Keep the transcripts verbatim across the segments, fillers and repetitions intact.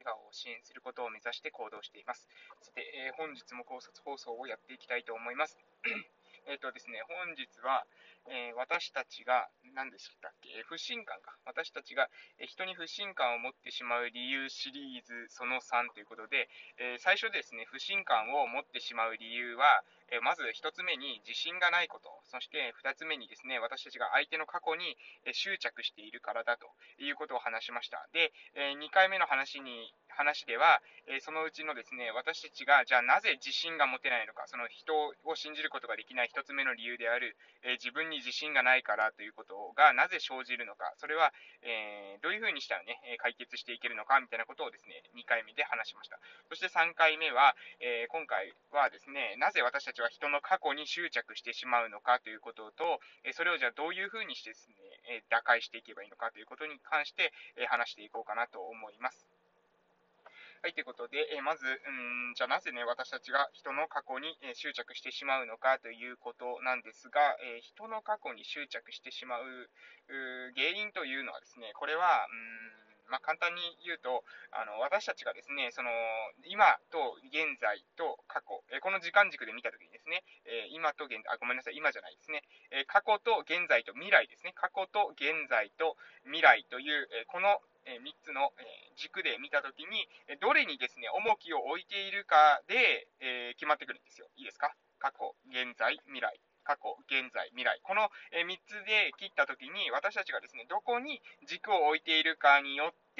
画を支援することを目指して行動しています。さて、えー本日も考察放送をやっていきたいと思います。えっとですね、本日は、えー私たちが、何でしたっけ、えー不信感か。私たちが、えー人に不信感を持ってしまう理由シリーズそのさんということで、えー最初ですね、不信感を持ってしまう理由は、えーまず一つ目に自信がないこと、そして二つ目にですね、私たちが相手の過去にえー執着しているからだということを話しました。で、えーにかいめの話に、話では、えーそのうちのですね、私たちが、じゃあなぜ自信が持てないのか、その人を信じることができない一つ目の理由である、えー自分に自信がないからということがなぜ生じるのか、それは、えーどういうふうにしたらね、解決していけるのかみたいなことをですね、にかいめで話しました。そしてさんかいめは、えー今回はですね、なぜ私たちは人の過去に執着してしまうのかということと、それをじゃあどういうふうにしてですね、打開していけばいいのかということに関して話していこうかなと思います。はい、ということで、えーまず、うん、じゃあなぜね、私たちが人の過去に、えー執着してしまうのかということなんですが、えー人の過去に執着してしまう、う原因というのはですね、これは、うん、まあ、簡単に言うと、あの、私たちがですね、その、今と現在と過去、えーこの時間軸で見たときにですね、えー今と現在、あ、ごめんなさい、今じゃないですね、えー過去と現在と未来ですね、過去と現在と未来という、えーこのえみっつの、え軸で見たときに、どれにですね、重きを置いているかで、え決まってくるんですよ。いいですか？過去、現在、未来。過去、現在、未来。このみっつで切ったときに、私たちがですね、どこに軸を置いているかによって、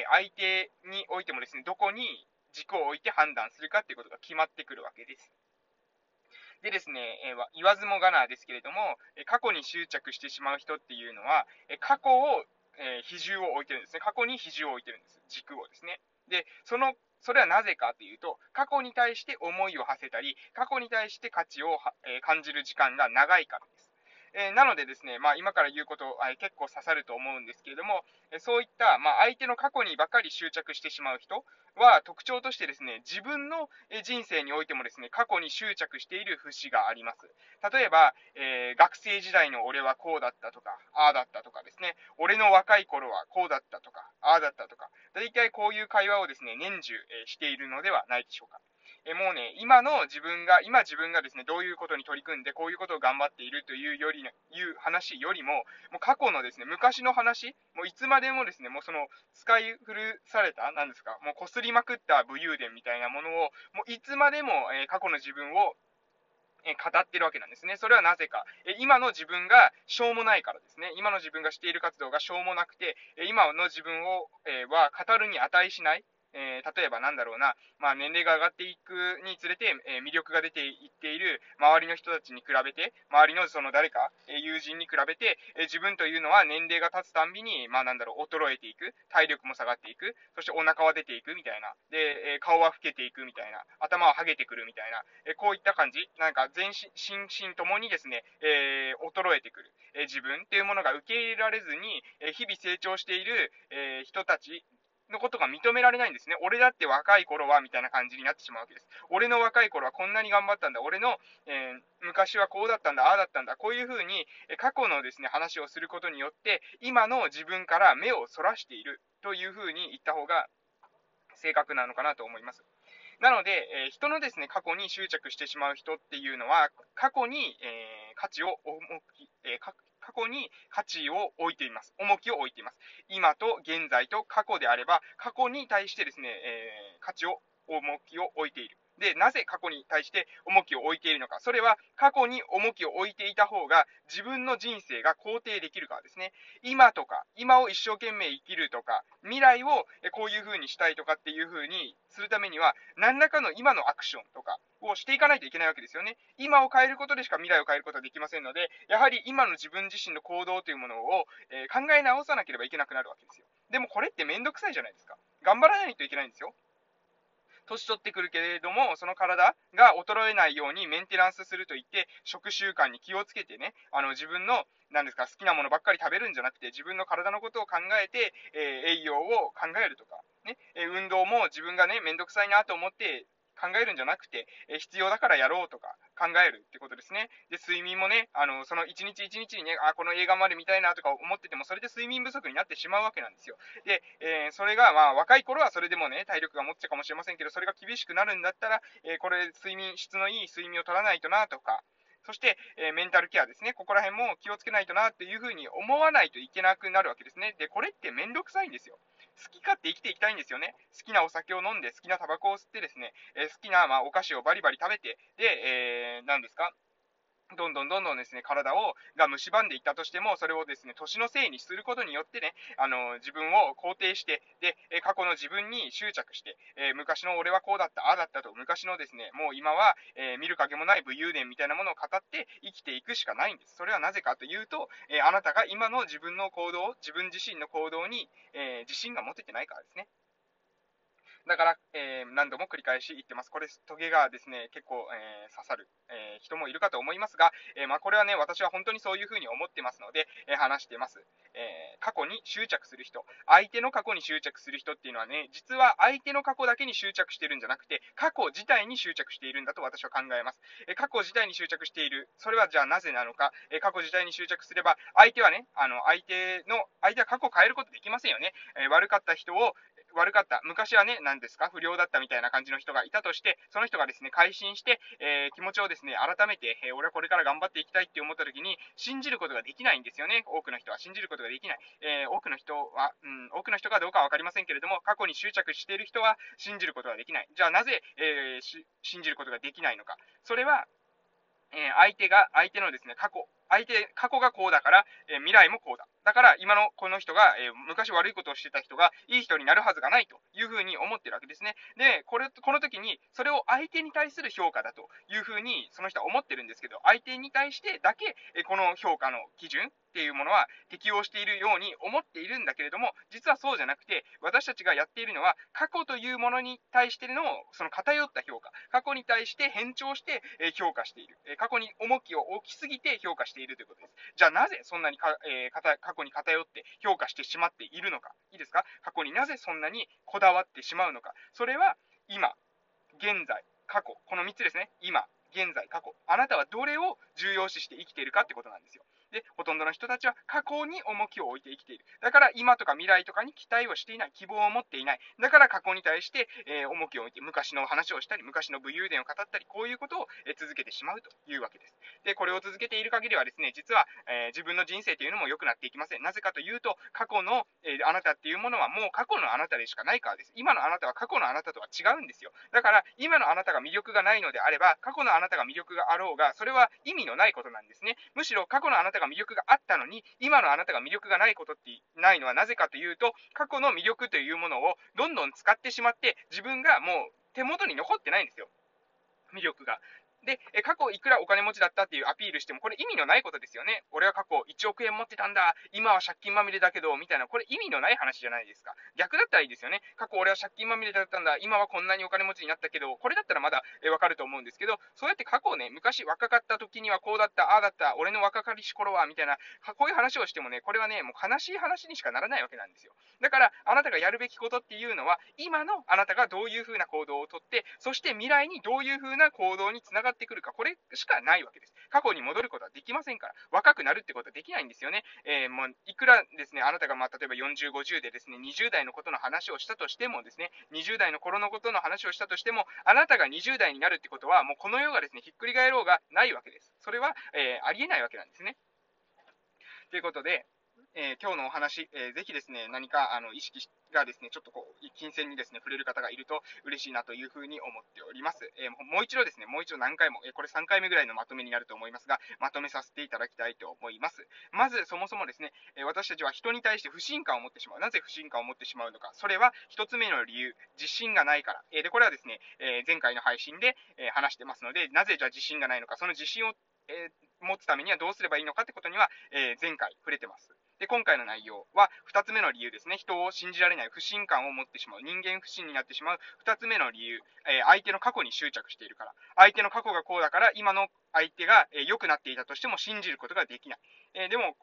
相手においてもですね、どこに軸を置いて判断するかっていうことが決まってくるわけです。でですね、え言わずもがなですけれども、過去に執着してしまう人っていうのは、過去を、え比重を置いてるんですね。過去に比重を置いてるんです。軸をですね。で、その、それはなぜかというと、過去に対して思いを馳せたり、過去に対して価値を、え感じる時間が長いからです。えーなのでですね、まあ、今から言うこと、えー結構刺さると思うんですけれども、えーそういった、まあ、相手の過去にばかり執着してしまう人は特徴としてですね、自分の人生においてもですね、過去に執着している節があります。例えば、えー学生時代の俺はこうだったとか、ああだったとかですね、俺の若い頃はこうだったとか、ああだったとか、大体こういう会話をですね、年中、えーしているのではないでしょうか。えもうね、今の自分が、今自分がですね、どういうことに取り組んで、こういうことを頑張っているというより、いう話よりも、もう過去のですね、昔の話、もういつまでもですね、もうその、使い古された、なんですか、もう擦りまくった武勇伝みたいなものを、もういつまでも、えー過去の自分を、え語ってるわけなんですね。それはなぜか。え今の自分がしょうもないからですね。今の自分がしている活動がしょうもなくて、え今の自分を、えは語るに値しない。えー例えばなんだろうな、まあ、年齢が上がっていくにつれて、えー魅力が出ていっている周りの人たちに比べて、周りのその誰か、えー友人に比べて、えー自分というのは年齢が経つたんびに、まあなんだろう、衰えていく、体力も下がっていく、そしてお腹は出ていくみたいな、で、えー顔は老けていくみたいな、頭はハゲてくるみたいな、えーこういった感じ、なんか全身、心身ともにですね、えー衰えてくる、えー自分っていうものが受け入れられずに、えー日々成長している、えー人たち、のことが認められないんですね。俺だって若い頃は、みたいな感じになってしまうわけです。俺の若い頃はこんなに頑張ったんだ。俺の、えー昔はこうだったんだ、ああだったんだ。こういうふうに、え過去のですね、話をすることによって、今の自分から目をそらしているというふうに言った方が正確なのかなと思います。なので、えー人のですね、過去に執着してしまう人っていうのは、過去に、えー価値を重き、えー過去に価値を置いています。重きを置いています。今と現在と過去であれば、過去に対してですね、えー価値を、重きを置いている。で、なぜ過去に対して重きを置いているのか。それは過去に重きを置いていた方が自分の人生が肯定できるからですね。今とか、今を一生懸命生きるとか、未来をこういう風にしたいとかっていう風にするためには、何らかの今のアクションとかをしていかないといけないわけですよね。今を変えることでしか未来を変えることはできませんので、やはり今の自分自身の行動というものを、えー考え直さなければいけなくなるわけですよ。でもこれってめんどくさいじゃないですか。頑張らないといけないんですよ。年取ってくるけれども、その体が衰えないようにメンテナンスするといって、食習慣に気をつけてね、あの自分のなんですか、好きなものばっかり食べるんじゃなくて、自分の体のことを考えて、えー栄養を考えるとか、ね、えー運動も自分がね、めんどくさいなと思って、 考えるんじゃなくて、えー、必要だからやろうとか考えるってことですね。で、睡眠もね、あの、その一日一日にね、あ、この映画まで見たいなとか思ってても、それで睡眠不足になってしまうわけなんですよ。で、えー、それが、まあ、若い頃はそれでもね、体力が持っちゃうかもしれませんけど、それが厳しくなるんだったら、えー、これ、睡眠、質のいい睡眠を取らないとなとか、そして、えー、メンタルケアですね。ここら辺も気をつけないとなっていうふうに思わないといけなくなるわけですね。で、これってめんどくさいんですよ。好き勝手生きていきたいんですよね。好きなお酒を飲んで、好きなタバコを吸ってですね、えー、好きな、まあ、お菓子をバリバリ食べて、で、えー、何ですかどんどんどんどんですね、体を、が蝕んでいったとしても、それをですね、年のせいにすることによってね、あの、自分を肯定して、で、え過去の自分に執着して、えー昔の俺はこうだった、ああだったと、昔のですね、もう今は、えー見る影もない武勇伝みたいなものを語って生きていくしかないんです。それはなぜかというと、えーあなたが今の自分の行動、自分自身の行動に、えー自信が持ててないからですね。だから、えー何度も繰り返し言ってます。これ、トゲがですね、結構、えー刺さる、えー人もいるかと思いますが、えーまあ、これはね、私は本当にそういうふうに思ってますので、えー話しています。えー過去に執着する人、相手の過去に執着する人っていうのはね、実は相手の過去だけに執着しているんじゃなくて、過去自体に執着しているんだと私は考えます。えー過去自体に執着している。それはじゃあなぜなのか、えー過去自体に執着すれば、相手はね、あの、相手の、相手は過去を変えることできませんよね。えー悪かった人を、悪かった。昔はね、何ですか、不良だったみたいな感じの人がいたとして、その人がですね、改心して、えー気持ちをですね、改めて、えー俺はこれから頑張っていきたいって思った時に、信じることができないんですよね。多くの人は信じることができない。えー多くの人は、うん、多くの人かどうかはわかりませんけれども、過去に執着している人は信じることができない。じゃあなぜ、えー信じることができないのか。それは、えー相手が、相手のですね、過去、相手、過去がこうだから、えー未来もこうだ。だから、今のこの人が、えー昔悪いことをしてた人が、いい人になるはずがないというふうに思ってるわけですね。で、これ、この時に、それを相手に対する評価だというふうに、その人は思ってるんですけど、相手に対してだけ、えーこの評価の基準っていうものは適用しているように思っているんだけれども、実はそうじゃなくて、私たちがやっているのは、過去というものに対しての、その偏った評価、過去に対して偏重して、えー評価している。えー過去に重きを置きすぎて評価しているということです。じゃあなぜそんなにか、えーかた過去に偏って評価してしまっているのか。いいですか？過去になぜそんなにこだわってしまうのか。それは、今、現在、過去。このみっつですね。今、現在、過去。あなたはどれを重要視して生きているかってことなんですよ。で、ほとんどの人たちは過去に重きを置いて生きている。だから今とか未来とかに期待をしていない。希望を持っていない。だから過去に対して、えー重きを置いて昔の話をしたり、昔の武勇伝を語ったり、こういうことを、えー続けてしまうというわけです。で、これを続けている限りはですね、実は、えー自分の人生というのも良くなっていきません。なぜかというと、過去の、えーあなたっていうものはもう過去のあなたでしかないからです。今のあなたは過去のあなたとは違うんですよ。だから、今のあなたが魅力がないのであれば、過去のあなたが魅力があろうが、それは意味のないことなんですね。むしろ過去のあなたが魅力があったのに、今のあなたが魅力がないことってないのはなぜかというと、過去の魅力というものをどんどん使ってしまって、自分がもう手元に残ってないんですよ。魅力が。で、過去いくらお金持ちだったっていうアピールしても、これ意味のないことですよね。俺は過去いちおくえん持ってたんだ。今は借金まみれだけど、みたいな、これ意味のない話じゃないですか。逆だったらいいですよね。過去俺は借金まみれだったんだ。今はこんなにお金持ちになったけど、これだったらまだわかると思うんですけど、そうやって過去をね、昔若かった時にはこうだった、ああだった、俺の若かりし頃は、みたいな、こういう話をしてもね、これはね、もう悲しい話にしかならないわけなんですよ。だから、あなたがやるべきことっていうのは、今のあなたがどういうふうな行動をとって、そして未来にどういうふうな行動につながってくるか、これしかないわけです。過去に戻ることはできませんから、若くなるってことはできないんですよね。えー、もういくらですね、あなたがまあ例えばよんじゅう、ごじゅうでですね、にじゅう代のことの話をしたとしてもですね、にじゅう代の頃のことの話をしたとしても、あなたがにじゅう代になるってことは、もうこの世がですね、ひっくり返ろうがないわけです。それは、えー、ありえないわけなんですね。ということで、えー今日のお話、えーぜひですね、何かあの意識がですね、ちょっとこう、金銭にですね、触れる方がいると嬉しいなというふうに思っております。えーもう一度ですね、もう一度何回も、えーこれさんかいめぐらいのまとめになると思いますが、まとめさせていただきたいと思います。まず、そもそもですね、えー私たちは人に対して不信感を持ってしまう。なぜ不信感を持ってしまうのか。それは一つ目の理由、自信がないから。えーで、これはですね、えー前回の配信で、えー話してますので、なぜじゃあ自信がないのか、その自信を、えー持つためにはどうすればいいのかってことには、えー前回触れてます。で、今回の内容はふたつめの理由ですね。人を信じられない不信感を持ってしまう。人間不信になってしまうふたつめの理由。えー相手の過去に執着しているから。相手の過去がこうだから、今の相手が良くなっていたとしても信じることができない。えーでも、これ、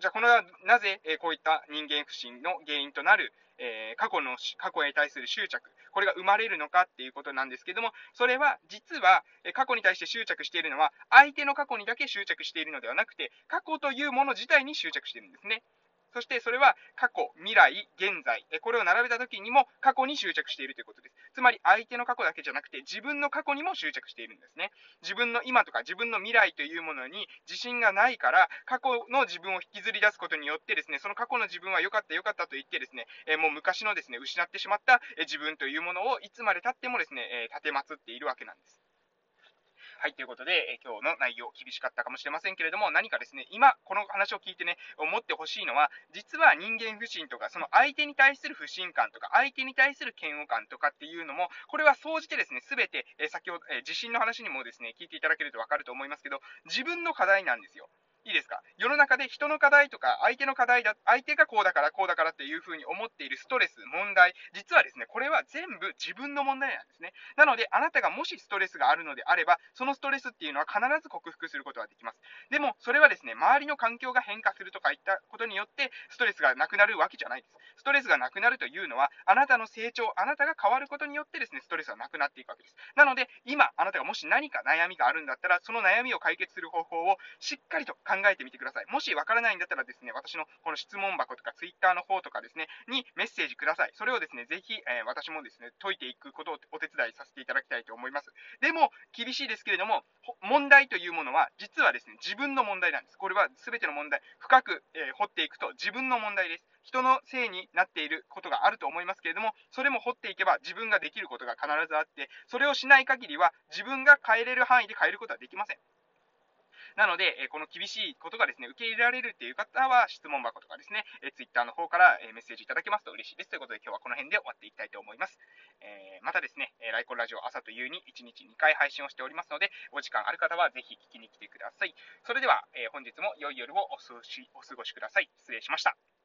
じゃあ、この、なぜ、えーこういった人間不信の原因となる、えー過去の、過去に対する執着、これが生まれるのかっていうことなんですけども、それは、実は、え過去に対して執着しているのは、相手の過去にだけ執着しているのではなくて、過去というもの自体に執着しているんですね。そしてそれは過去、未来、現在、これを並べた時にも過去に執着しているということです。つまり相手の過去だけじゃなくて自分の過去にも執着しているんですね。自分の今とか自分の未来というものに自信がないから過去の自分を引きずり出すことによってですね、その過去の自分は良かった良かったと言ってですね、えもう昔のですね、失ってしまった自分というものをいつまで経ってもですね、え立てまつっているわけなんです。はい、ということで、え今日の内容、厳しかったかもしれませんけれども、何かですね、今、この話を聞いてね、思ってほしいのは、実は人間不信とか、その相手に対する不信感とか、相手に対する嫌悪感とかっていうのも、これは総じてですね、すべて、え先ほど、え地震の話にもですね、聞いていただけるとわかると思いますけど、自分の課題なんですよ。いいですか？世の中で人の課題とか、相手の課題だ、相手がこうだからこうだからっていうふうに思っているストレス、問題、実はですね、これは全部自分の問題なんですね。なので、あなたがもしストレスがあるのであれば、そのストレスっていうのは必ず克服することができます。でも、それはですね、周りの環境が変化するとかいったことによって、ストレスがなくなるわけじゃないです。ストレスがなくなるというのは、あなたの成長、あなたが変わることによってですね、ストレスがなくなっていくわけです。なので、今、あなたがもし何か悩みがあるんだったら、その悩みを解決する方法をしっかりと考えてみてください。もしわからないんだったらですね、私のこの質問箱とかツイッターの方とかですね、にメッセージください。それをですね、ぜひ、えー私もですね、解いていくことをお手伝いさせていただきたいと思います。でも、厳しいですけれども、問題というものは、実はですね、自分の問題なんです。これは全ての問題、深く、えー掘っていくと自分の問題です。人のせいになっていることがあると思いますけれども、それも掘っていけば自分ができることが必ずあって、それをしない限りは自分が変えれる範囲で変えることはできません。なので、えこの厳しいことがですね、受け入れられるっていう方は、質問箱とかですね、え Twitter の方から、えメッセージいただけますと嬉しいです。ということで、今日はこの辺で終わっていきたいと思います。えーまたですね、えライコンラジオ朝と夕にいちにちにかい配信をしておりますので、お時間ある方はぜひ聞きに来てください。それでは、えー本日も良い夜をお過ごしお過ごしください。失礼しました。